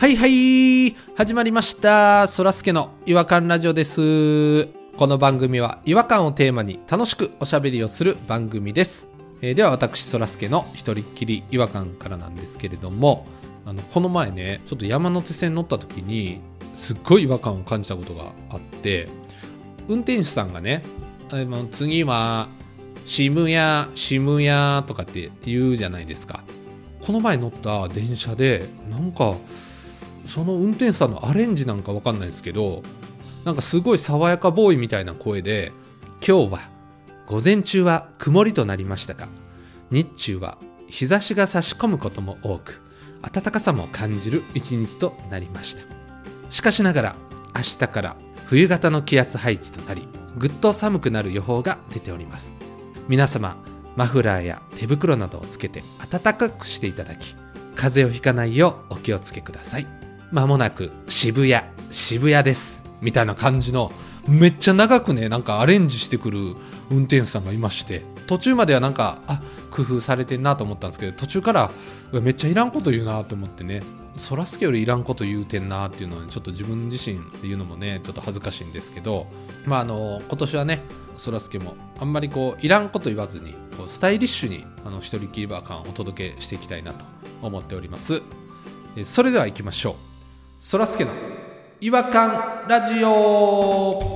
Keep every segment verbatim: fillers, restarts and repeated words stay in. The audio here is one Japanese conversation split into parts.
はいはい始まりましたそらすけの違和感ラジオです。この番組は違和感をテーマに楽しくおしゃべりをする番組です。えー、では私そらすけの一人っきり違和感からなんですけれども、あのこの前ねちょっと山手線乗った時にすっごい違和感を感じたことがあって、運転手さんがね、あの次は渋谷渋谷とかって言うじゃないですか。この前乗った電車でなんかその運転手さんのアレンジなんかわかんないですけど、なんかすごい爽やかボーイみたいな声で、今日は午前中は曇りとなりましたが、日中は日差しが差し込むことも多く暖かさも感じる一日となりました。しかしながら明日から冬型の気圧配置となり、ぐっと寒くなる予報が出ております。皆様マフラーや手袋などをつけて暖かくしていただき、風邪をひかないようお気をつけください。まもなく渋谷渋谷ですみたいな感じのめっちゃ長くねなんかアレンジしてくる運転手さんがいまして、途中まではなんかあ工夫されてんなと思ったんですけど、途中からめっちゃいらんこと言うなと思ってね、そらすけよりいらんこと言うてんなっていうのはちょっと自分自身で言うのもねちょっと恥ずかしいんですけど、まああの今年はねそらすけもあんまりこういらんこと言わずにこうスタイリッシュにあの一人きりバー感をお届けしていきたいなと思っております。それでは行きましょう。そらすけの違和感ラジオ。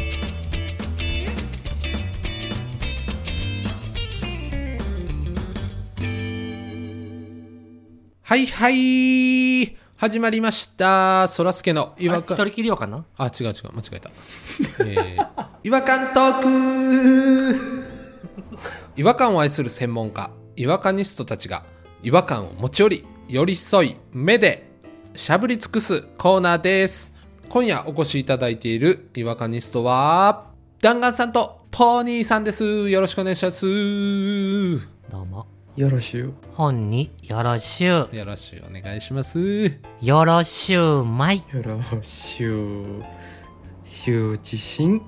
はいはい始まりましたそらすけの違和感。 一人きり違和感なあ違う違う間違えた、えー、違和感トーク違和感を愛する専門家違和感ニストたちが違和感を持ち寄り寄り添い目でしゃぶり尽くすコーナーです。今夜お越しいただいている違和感ニストは弾丸さんとポニーさんです。よろしくお願いします。 どうもよろしゅう。 本によろしゅう。 よろしゅうお願いします。 よろしゅうまい。 よろしゅう。羞恥心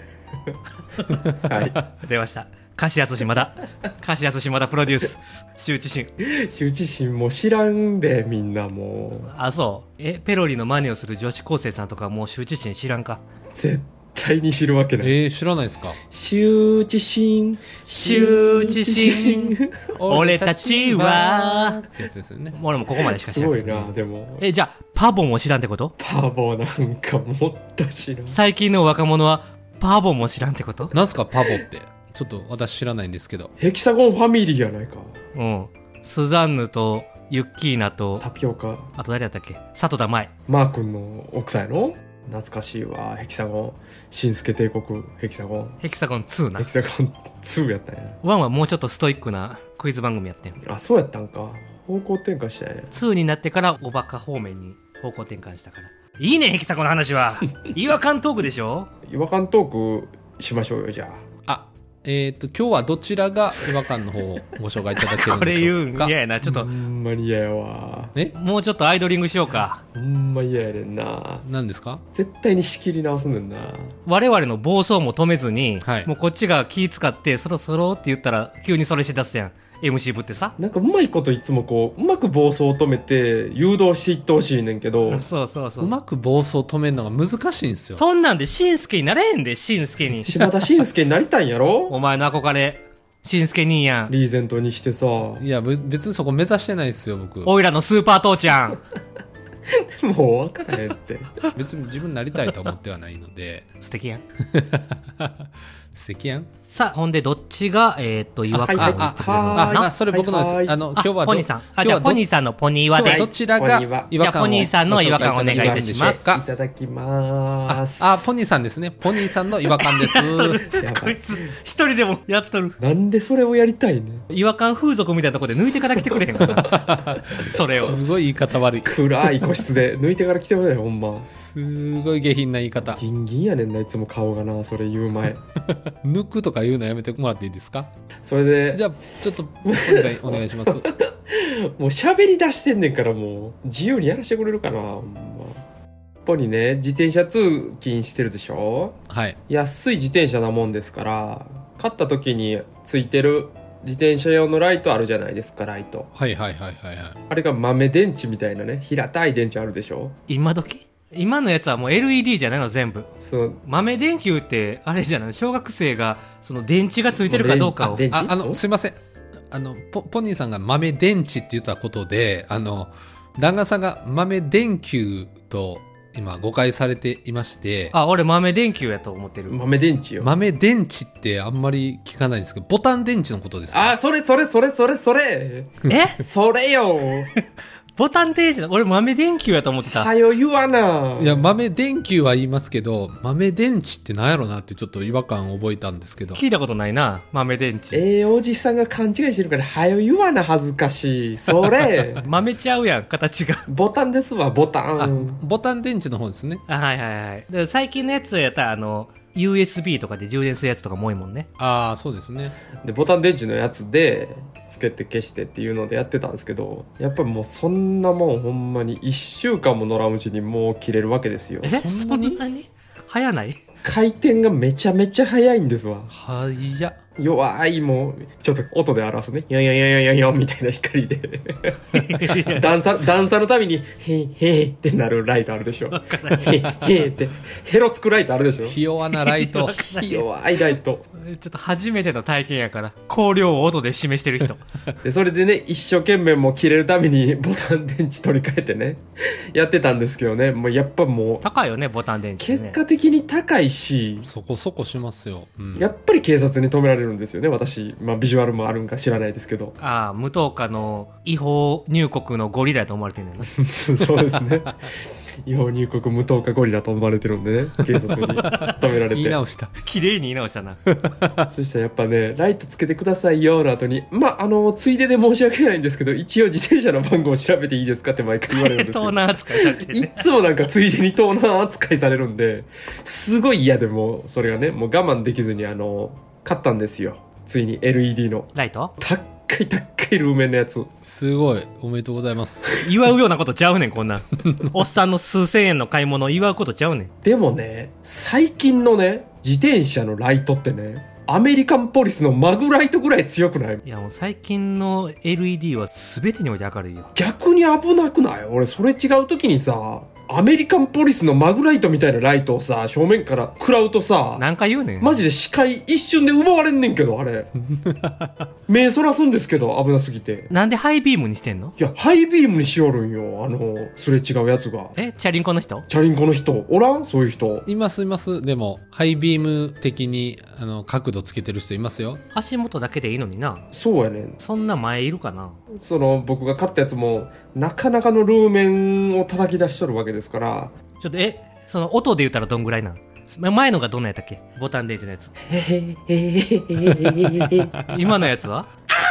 はい。 出ました。カシヤスシマダ。カシヤスシマダプロデュース。羞恥心。 羞恥心も知らんでみんなもう。 あ、そう。え、ペロリの真似をする女子高生さんとかもう羞恥心知らんか？ 絶対に知るわけない。 えー、知らないですか？ 羞恥心、 羞恥心、俺たちはってやつですよね。 俺もここまでしか知すごいらんけど。 な。でもえ、じゃあパボも知らんってこと？ パボなんかもっと知らん。 最近の若者はパボも知らんってこと？ なんすかパボって。ちょっと私知らないんですけど。 ヘキサゴンファミリーやないか。 うん。スザンヌとユッキーナとタピオカ。 あと誰やったっけ？里田舞。 マー君の奥さんやろ。懐かしいわ。ヘキサゴン、新助帝国ヘキサゴン。 ヘキサゴンツーなヘキ。サゴンツーやったんや。 ワンはもうちょっとストイックなクイズ番組やってん。 あ、そうやったんか。方向転換したんや。 ツーになってからおバカ方面に方向転換したから。いいね、ヘキサゴンの話は。違和感トークでしょ？ 違和感トークしましょうよ、じゃあ。 えっと今日はどちらが違和感の方をご紹介いただけるんでしょうか？ これ言うん嫌やな。ちょっとほんまに嫌やわ。 えもうちょっとアイドリングしようか。 ほんま嫌やねんな。 何ですか？ 絶対に仕切り直すねんな。 我々の暴走も止めずに、 はいもうこっちが気使ってそろそろって言ったら急にそれし出すやん。エムシー ぶってさ。 なんかうまいこといつもこううまく暴走を止めて誘導していってほしいねんけどそうそうそうう。 まく暴走を止めるのが難しいんですよ。 そんなんでしんすけになれへんで、しんすけに。 柴田伸介になりたいんやろ。 お前の憧れ、しんすけ兄やん。 リーゼントにしてさ。 いやぶ別にそこ目指してないですよ僕。 おいらのスーパー父ちゃん。 もう分からへんって別に自分になりたいと思ってはないので。 素敵やん。 素敵やん。 さあ、ほんでどっちが、えー、っと、違和感を言ってくれるのはいかはいな。 あそれ僕のです。 はいはいあの今日はどポニーさん。あ、 今日はどじゃあポニーさんのポニーはで。 今日はどちらが違和感をじゃあポニーさんの違和感をお願いいたしますかいただきまーす。 ああポニーさんですね。ポニーさんの違和感です。 やばいこいつ、一人でもやっとる。 なんでそれをやりたいねん。 違和感風俗みたいなとこで抜いてから来てくれへんかな。それを。 すごい言い方悪い。 暗い個室で抜いてから来てくれほんま。 すごい下品な言い方。 ギンギンやねんな、いつも顔がな。それ言う前抜くとか言うのやめてもらっていいですか？ それでじゃあちょっとポニーさんお願いします。 もう喋り出してんねんからもう自由にやらせてくれるかな。ほんまポニーね、自転車通勤してるでしょ。 はい。 安い自転車なもんですから、買った時についてる自転車用のライトあるじゃないですか、ライト。 はいはいはいはいはい。 あれが豆電池みたいなね、平たい電池あるでしょ。 今時今のやつはもう エルイーディー じゃないの全部。 そう豆電球ってあれじゃない、小学生がその電池がついてるかどうかを。 電池あ、あの、すいません。あの、ポ、ポニーさんが豆電池って言ったことで、あの、旦那さんが豆電球と今誤解されていまして、 あ、俺豆電球やと思ってる。 豆電池よ。 豆電池ってあんまり聞かないんですけど、ボタン電池のことですか？ あ、それそれそれそれそれえそれよ。 ボタン電池だ。俺豆電球やと思ってた。 はよ言わな。 いや、豆電球は言いますけど、豆電池って何やろなってちょっと違和感を覚えたんですけど。 聞いたことないな、豆電池。 ええおじさんが勘違いしてるから、はよ言わな、恥ずかしい。それ豆ちゃうやん、形が。 ボタンですわ、ボタあ、 ン。 ボタン電池の方ですね。 あ、はいはいはい。で最近のやつやったら、あの、ユーエスビー とかで充電するやつとかも多いもんね。 ああ、そうですね。 で、ボタン電池のやつで、つけて消してっていうのでやってたんですけど、やっぱりもうそんなもんほんまにいっしゅうかんも乗らんうちにもう切れるわけですよ。 え、そんなに早ない？ 回転がめちゃめちゃ速いんですわ。 はや。 弱い、もう、ちょっと音で表すね。ヨンヨンヨンヨンヨンヨンみたいな光で。段差、段差のたびに、へーへーってなるライトあるでしょ。へーへーって、ヘロつくライトあるでしょ。 ひ弱なライト。 弱いライト。 ちょっと初めての体験やから、光量を音で示してる人。 で、それでね、一生懸命もう切れるためにボタン電池取り替えてね、やってたんですけどね、もうやっぱもう、 高いよね、ボタン電池、ね。 結果的に高いし、 そこそこしますよ。うん、 やっぱり警察に止められるんですよね、私。まあ、ビジュアルもあるんか知らないですけど。 ああ、無灯火の違法入国のゴリラやと思われてんねんな。 そうですね。違法入国無灯火ゴリラと思われてるんでね、警察に止められて。 言い直した。 綺麗に言い直したな。 そしたらやっぱね、ライトつけてくださいよの後に、まあ、あの、ついでで申し訳ないんですけど、一応自転車の番号を調べていいですかって毎回言われるんですよ。 盗難扱いされていっね。 つもなんかついでに盗難扱いされるんで、すごい嫌でもう、それがね、もう我慢できずにあの、買ったんですよ。ついに エルイーディー の。 ライト高い高いルーメンのやつ。 すごい。おめでとうございます。 祝うようなことちゃうねん、こんなん。おっさんの数千円の買い物を祝うことちゃうねん。 でもね、最近のね、自転車のライトってね、アメリカンポリスのマグライトぐらい強くない？ いやもう最近の エルイーディー は全てにおいて明るいよ。 逆に危なくない？俺それ違う時にさ、アメリカンポリスのマグライトみたいなライトをさ、正面から食らうとさ、 何回言うねん。 マジで視界一瞬で奪われんねんけど、あれ。目そらすんですけど、危なすぎて。 なんでハイビームにしてんの？ いや、ハイビームにしよるんよ、あの、すれ違うやつが。 え、チャリンコの人？ チャリンコの人、おらん？そういう人。 いますいます。でも、ハイビーム的に、あの、角度つけてる人いますよ。 足元だけでいいのにな。 そうやねん。 そんな前いるかな？ その、僕が買ったやつも、なかなかのルーメンを叩き出しとるわけですから。 ちょっと、え、その音で言ったらどんぐらいなん？前のがどんなやったっけ？ボタン電池のやつ。 へへへへへ。 今のやつは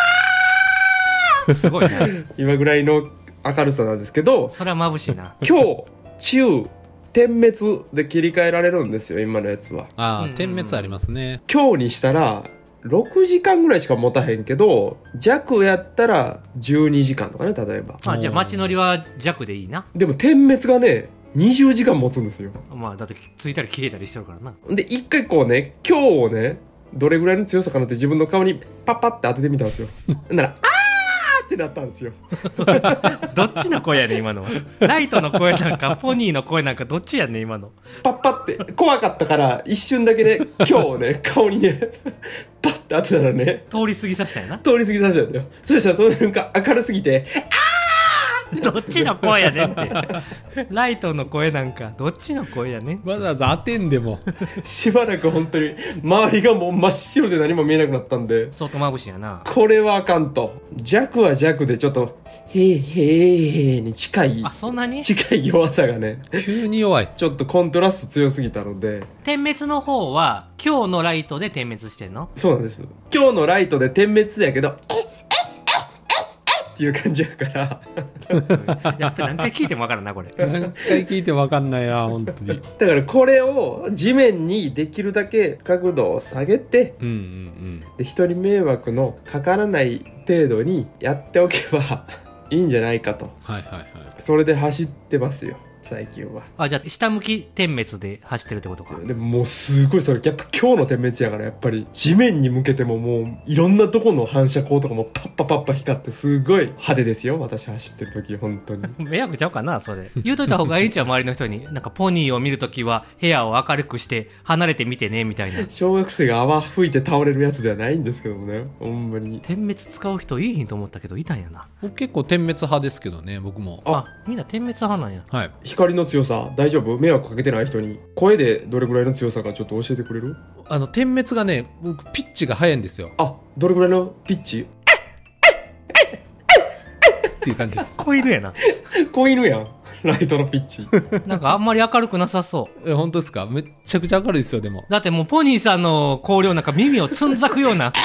すごいね。 今ぐらいの明るさなんですけど、 それは眩しいな。 強、中、点滅で切り替えられるんですよ、今のやつは。 ああ、 うん点滅ありますね。 強にしたら、ろくじかんぐらいしか持たへんけど、弱やったらじゅうにじかんとかね、例えば。 あ、じゃあ街乗りは弱でいいな。 でも点滅がね、にじゅうじかん持つんですよ。 まあだってついたり消えたりしてるからな。 で、一回こうね、強をね、どれぐらいの強さかなって自分の顔にパッパって当ててみたんですよ。なら、あーってなったんですよ。 どっちの声やねん今のは。ライトの声なんかポニーの声なんかどっちやねん今の。 パッパって、怖かったから一瞬だけね、強をね、顔にね、パッて当てたらね、 通り過ぎさせたよな。 通り過ぎさせちゃうんだよ。そしたらその瞬間明るすぎて、 どっちの声やねんって。ライトの声なんかどっちの声やねん。 わざわざ当てんでも。 しばらく本当に周りがもう真っ白で何も見えなくなったんで、 相当眩しいやな。 これはあかんと。弱は弱でちょっと、へーへーへーに近いあ、、そんなに？ 近い弱さがね、 急に弱い。 ちょっとコントラスト強すぎたので、 点滅の方は今日のライトで点滅してんの？ そうなんです。今日のライトで点滅やけど、えっえっえっえっえっっていう感じやから、 やっぱり何回聞いてもわからんなこれ。 何回聞いてわかんないな、本当に。 だからこれを地面にできるだけ角度を下げて、 うんうんで人に迷惑のかからない程度にやっておけばいいんじゃないかと。 はいはいはい。 それで走ってますよ。 最近は。 あ、じゃあ下向き点滅で走ってるってことか。 でももうすごいそれやっぱ今日の点滅やからやっぱり地面に向けてももういろんなとこの反射光とかもパッパパッパ光ってすごい派手ですよ私走ってる時本当に。 迷惑ちゃうかなそれ。言うといた方がいいんちゃう周りの人に。なんかポニーを見るときは部屋を明るくして離れて見てねみたいな。 小学生が泡吹いて倒れるやつではないんですけどもねほんまに。 点滅使う人いいひんと思ったけどいたんやな。 僕結構点滅派ですけどね、僕も。 あ、みんな点滅派なんや。 はい。 光の強さ大丈夫？迷惑かけてない人に声でどれぐらいの強さかちょっと教えてくれる？ あの、点滅がね、僕ピッチが速いんですよ。 あ、どれぐらいのピッチ？ っていう感じです。 子犬やな。 子犬やんライトのピッチ。 なんかあんまり明るくなさそう。 え、本当ですか？めっちゃくちゃ明るいですよ、でも。 だってもうポニーさんの光量なんか耳をつんざくような。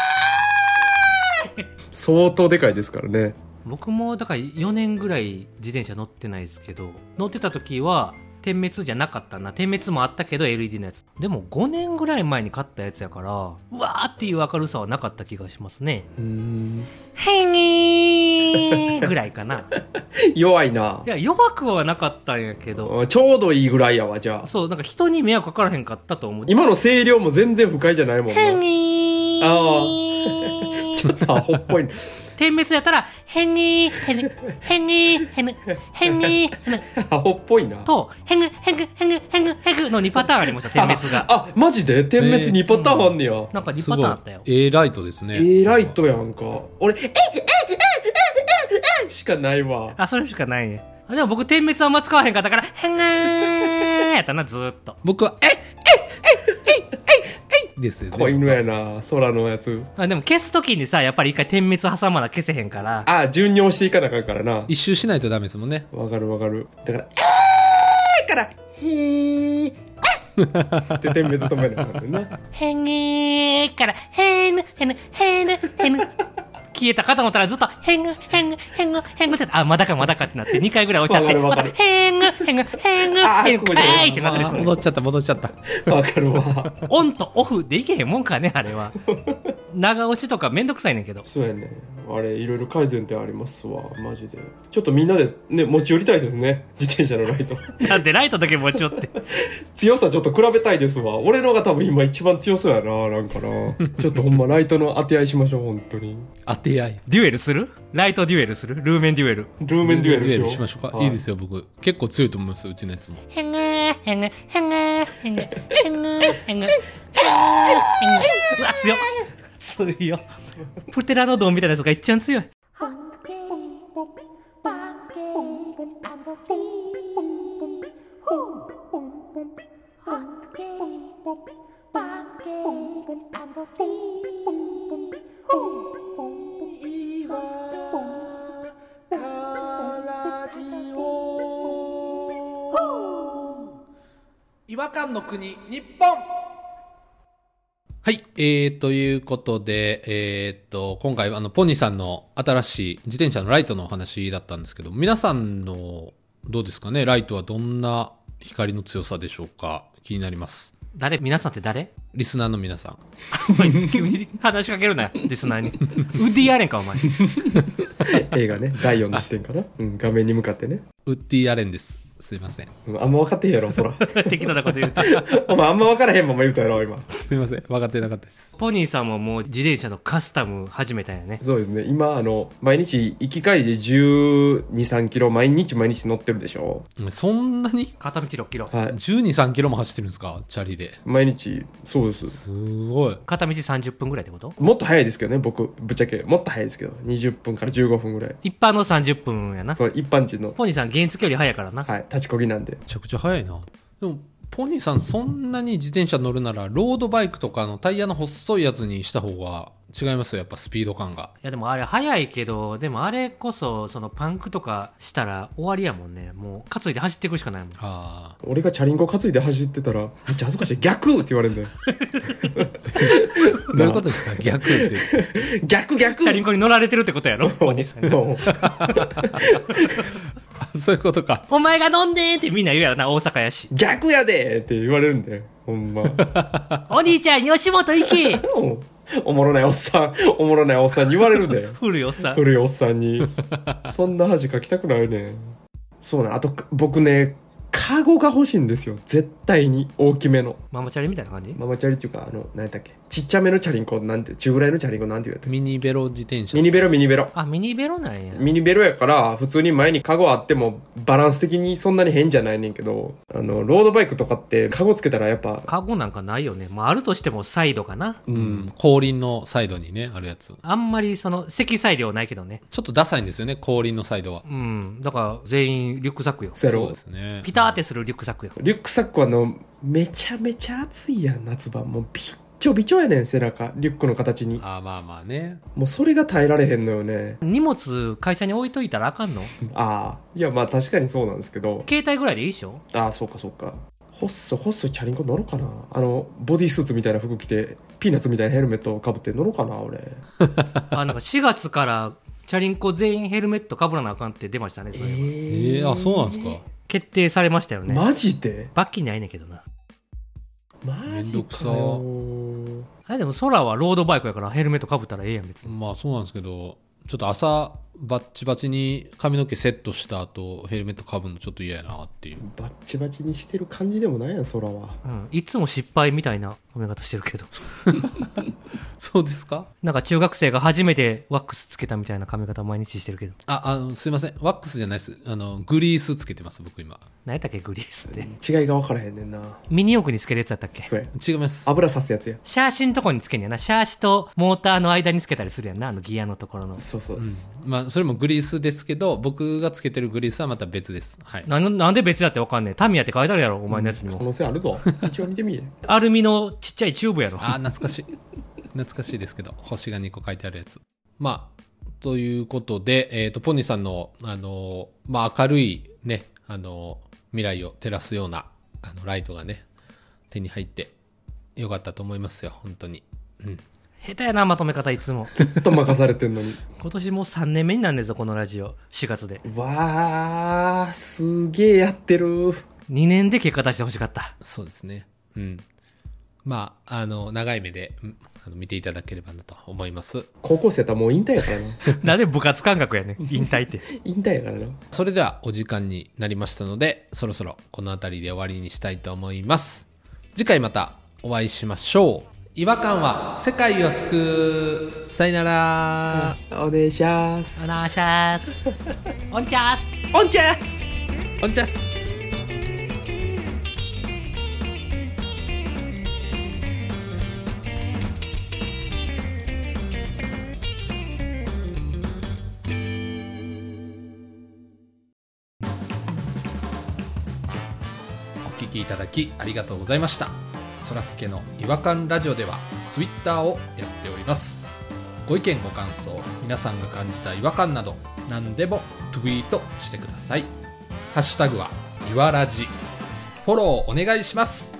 相当でかいですからね。 僕もだからよねんぐらい自転車乗ってないですけど、乗ってた時は点滅じゃなかったな。点滅もあったけど エルイーディー のやつ。でもごねんぐらい前に買ったやつやから、うわーっていう明るさはなかった気がしますね。 うーんへにーぐらいかな。 弱いな。 いや、弱くはなかったんやけど、 ちょうどいいぐらいやわじゃあ。 そう、なんか人に迷惑かからへんかったと思う。 今の声量も全然不快じゃないもんな。 へにーああちょっとアホっぽいね。 点滅やったら、へにー、へに、へにー、へに、へにー、へに、 アホっぽいな。 と、へぐ、へぐ、へぐ、へぐ、へぐのにパターンありました、点滅が。 あ、あマジで点滅にパターンあんねや。 なんかにすごいパターンあったよ。。 A ライトですね。 ええライトやんか。俺、えええええええしかないわ。 あ、それしかないね。あでも僕、点滅あんま使わへんかったから、へがーやったな、ずーっと。 僕は、えっですよね。 子犬やな、空のやつ。 あでも消すときにさ、やっぱり一回点滅挟まな消せへんから。 あ、順に押していかなあかんからな。 一周しないとダメですもんね。 わかるわかる。だから、えーから、へー、あって点滅止めなあかんねんな。 へにーから、へぬ、へぬ、へぬ、へぬ。消えたかと思ったらずっと、へんぐ、へんぐ、へんぐ、へんぐって、あ、まだかまだかってなってにかいぐらい落ちちゃって、 わかるわかるまたへんぐ、へんぐ、へんぐ、 あーへんぐ、 ここじゃないはーいってなってるあー戻っちゃった、戻っちゃった。 わかるわ。 オンとオフでいけへんもんかね、あれは。長押しとかめんどくさいねんけど。 そうやね。あれ、いろいろ改善点ありますわ、マジで。ちょっとみんなでね、持ち寄りたいですね。自転車のライト。 なんでライトだけ持ち寄って。 強さちょっと比べたいですわ。俺のが多分今一番強そうやな、なんかな。ちょっとほんまライトの当て合いしましょう、本当に。 当て合い。 デュエルする？ライトデュエルする？ルーメンデュエル。 ルーメンデュエルしよう。 しましょうか。 はいいですよ、僕。結構強いと思います、うちのやつも。 へんぐー、へんぐ、へんぐー、へんぐ、へんぐー、へんぐ、へんぐ、へんぐ。うわ、強っ。強いよ。プテラノドンみたいなやつが一番強い。 違和感の国、日本。はい、えー、ということで、えー、っと、今回、あの、ポニーさんの新しい自転車のライトのお話だったんですけど、皆さんの、どうですかね、ライトはどんな光の強さでしょうか？気になります。 誰？皆さんって誰？ リスナーの皆さん。 急に話しかけるなよ、リスナーに。ウッディ・アレンか、お前。 映画ね、だいよんの視点かな。うん、画面に向かってね。 ウッディ・アレンです。すいません。 うんあんま分かってへんやろ、そら。 適当なこと言うと。 お前あんま分からへんまま言うたやろ、今。 すいません。分かってなかったです。 ポニーさんももう自転車のカスタム始めたんやね。 そうですね。今、あの、毎日、行き帰りでじゅうに、さんキロ、毎日毎日乗ってるでしょ。 そんなに片道ろっキロ。 はい。 じゅうに、さんキロも走ってるんですか？チャリで。 毎日、そうです。 すごい。 片道さんじゅっぷんぐらいってこと？ もっと早いですけどね、僕、ぶっちゃけ。もっと早いですけど。にじゅっぷんからじゅうごふんぐらい。 一般のさんじゅっぷんやな。 そう、一般人の、 ポニーさん原付より早いからな。 はい、立ちこぎなんで。 めちゃくちゃ速いな。でも、ポニーさんそんなに自転車乗るなら、ロードバイクとかのタイヤの細いやつにした方が違いますよ、やっぱスピード感が。 いやでもあれ早いけど、でもあれこそ、そのパンクとかしたら終わりやもんね。もう、担いで走っていくしかないもん。 ああ。 俺がチャリンコ担いで走ってたら、めっちゃ恥ずかしい。逆って言われるんだよ。 どういうことですか？逆って。 逆逆チャリンコに乗られてるってことやろ、ポニーさんが。 もうそういうことか。 お前が飲んでーってみんな言うやろな、大阪やし。 逆やでって言われるんだよ。ほんま。 お兄ちゃん、吉本行けおおもろないおっさん、おもろないおっさんに言われるんだよ。 古いおっさん。 古いおっさんに。そんな恥かきたくないねん。 そうなん、あと僕ねカゴが欲しいんですよ、絶対に大きめのママチャリみたいな感じ。 ママチャリっていうか、あの何やったっけ、ちっちゃめのチャリンコ、なんて中ぐらいのチャリンコなんて言うやったっミニベロ自転車。 け、ミニベロミニベロあ、ミニベロなんや。 ミニベロやから普通に前にカゴあってもバランス的にそんなに変じゃないねんけど、あのロードバイクとかってカゴつけたらやっぱカゴなんかないよね。まあ、あるとしてもサイドかな。 ううんん、後輪のサイドにねあるやつ。 あんまりその積載量ないけどね。 ちょっとダサいんですよね、後輪のサイドは。 うん。だから全員リュックサックよ。 そうやろ。 そうですね。 ピターってするリュックサックよ。 リュックサックはあのめちゃめちゃ暑いやん、夏場もうびっちょびちょやねん、背中リュックの形に。 あーまあまあね。 もうそれが耐えられへんのよね。 荷物会社に置いといたらあかんの？ ああ、いやまあ確かにそうなんですけど、 携帯ぐらいでいいでしょ？ ああそうかそうか。ホッソホッソチャリンコ乗ろうかな。あのボディースーツみたいな服着てピーナッツみたいなヘルメットをかぶって乗ろうかな俺。 あ、なんかしがつからチャリンコ全員ヘルメットかぶらなあかんって出ましたね。それはえー、あそうなんですか。 決定されましたよね。 マジで罰金ないねんけどな。 マジかよ。 あれでも空はロードバイクやからヘルメットかぶったらええやん別に。 まあそうなんですけど、ちょっと朝バッチバチに髪の毛セットした後ヘルメットかぶるのちょっと嫌やなっていう。 バッチバチにしてる感じでもないやん空は。 うん。いつも失敗みたいな髪型してるけど。 そうですか。 なんか中学生が初めてワックスつけたみたいな髪型毎日してるけど。 あ、あのすいません、ワックスじゃないです。あのグリースつけてます僕今。 何やったっけグリースって。 違いが分からへんねんな。 ミニ奥につけるやつやったっけ？ そうや、 違います。 油さすやつや。 シャーシのとこにつけんやな。シャーシとモーターの間につけたりするやんな。あのギアのところの。 そうそうです、 まあそれもグリースですけど、僕がつけてるグリースはまた別です。はい。 なんなんで別だってわかんねえ。タミヤって書いてあるやろ、お前のやつにも。 可能性あるぞ。一応見てみえ。 アルミのちっちゃいチューブやろ。 あー懐かしい懐かしいですけど、星がにこ書いてあるやつ。まあということで、えっ、とポニーさんのあのまあ明るいね、あの未来を照らすようなあのライトがね手に入ってよかったと思いますよ本当に。うん。 下手やな、まとめ方いつも。 ずっと任されてんのに。 今年もうさんねんめになんねんぞ、このラジオ。しがつで。 わー、すげえやってる。 にねんで結果出してほしかった。 そうですね。うん。まああの長い目で、うん、あの見ていただければなと思います。 高校生やったらもう引退やからな。 なんで部活感覚やねん。引退って。 引退やからな。 それではお時間になりましたので、そろそろこの辺りで終わりにしたいと思います。次回またお会いしましょう。違和感は世界を救う。さよなら。 お願いします。 お願いします。オンチャース。 オンチャース。 オンチャス。お聞きいただきありがとうございました。そらすけの違和感ラジオではツイッターをやっております。ご意見ご感想、皆さんが感じた違和感など何でもツイートしてください。ハッシュタグはいわらじ。フォローお願いします。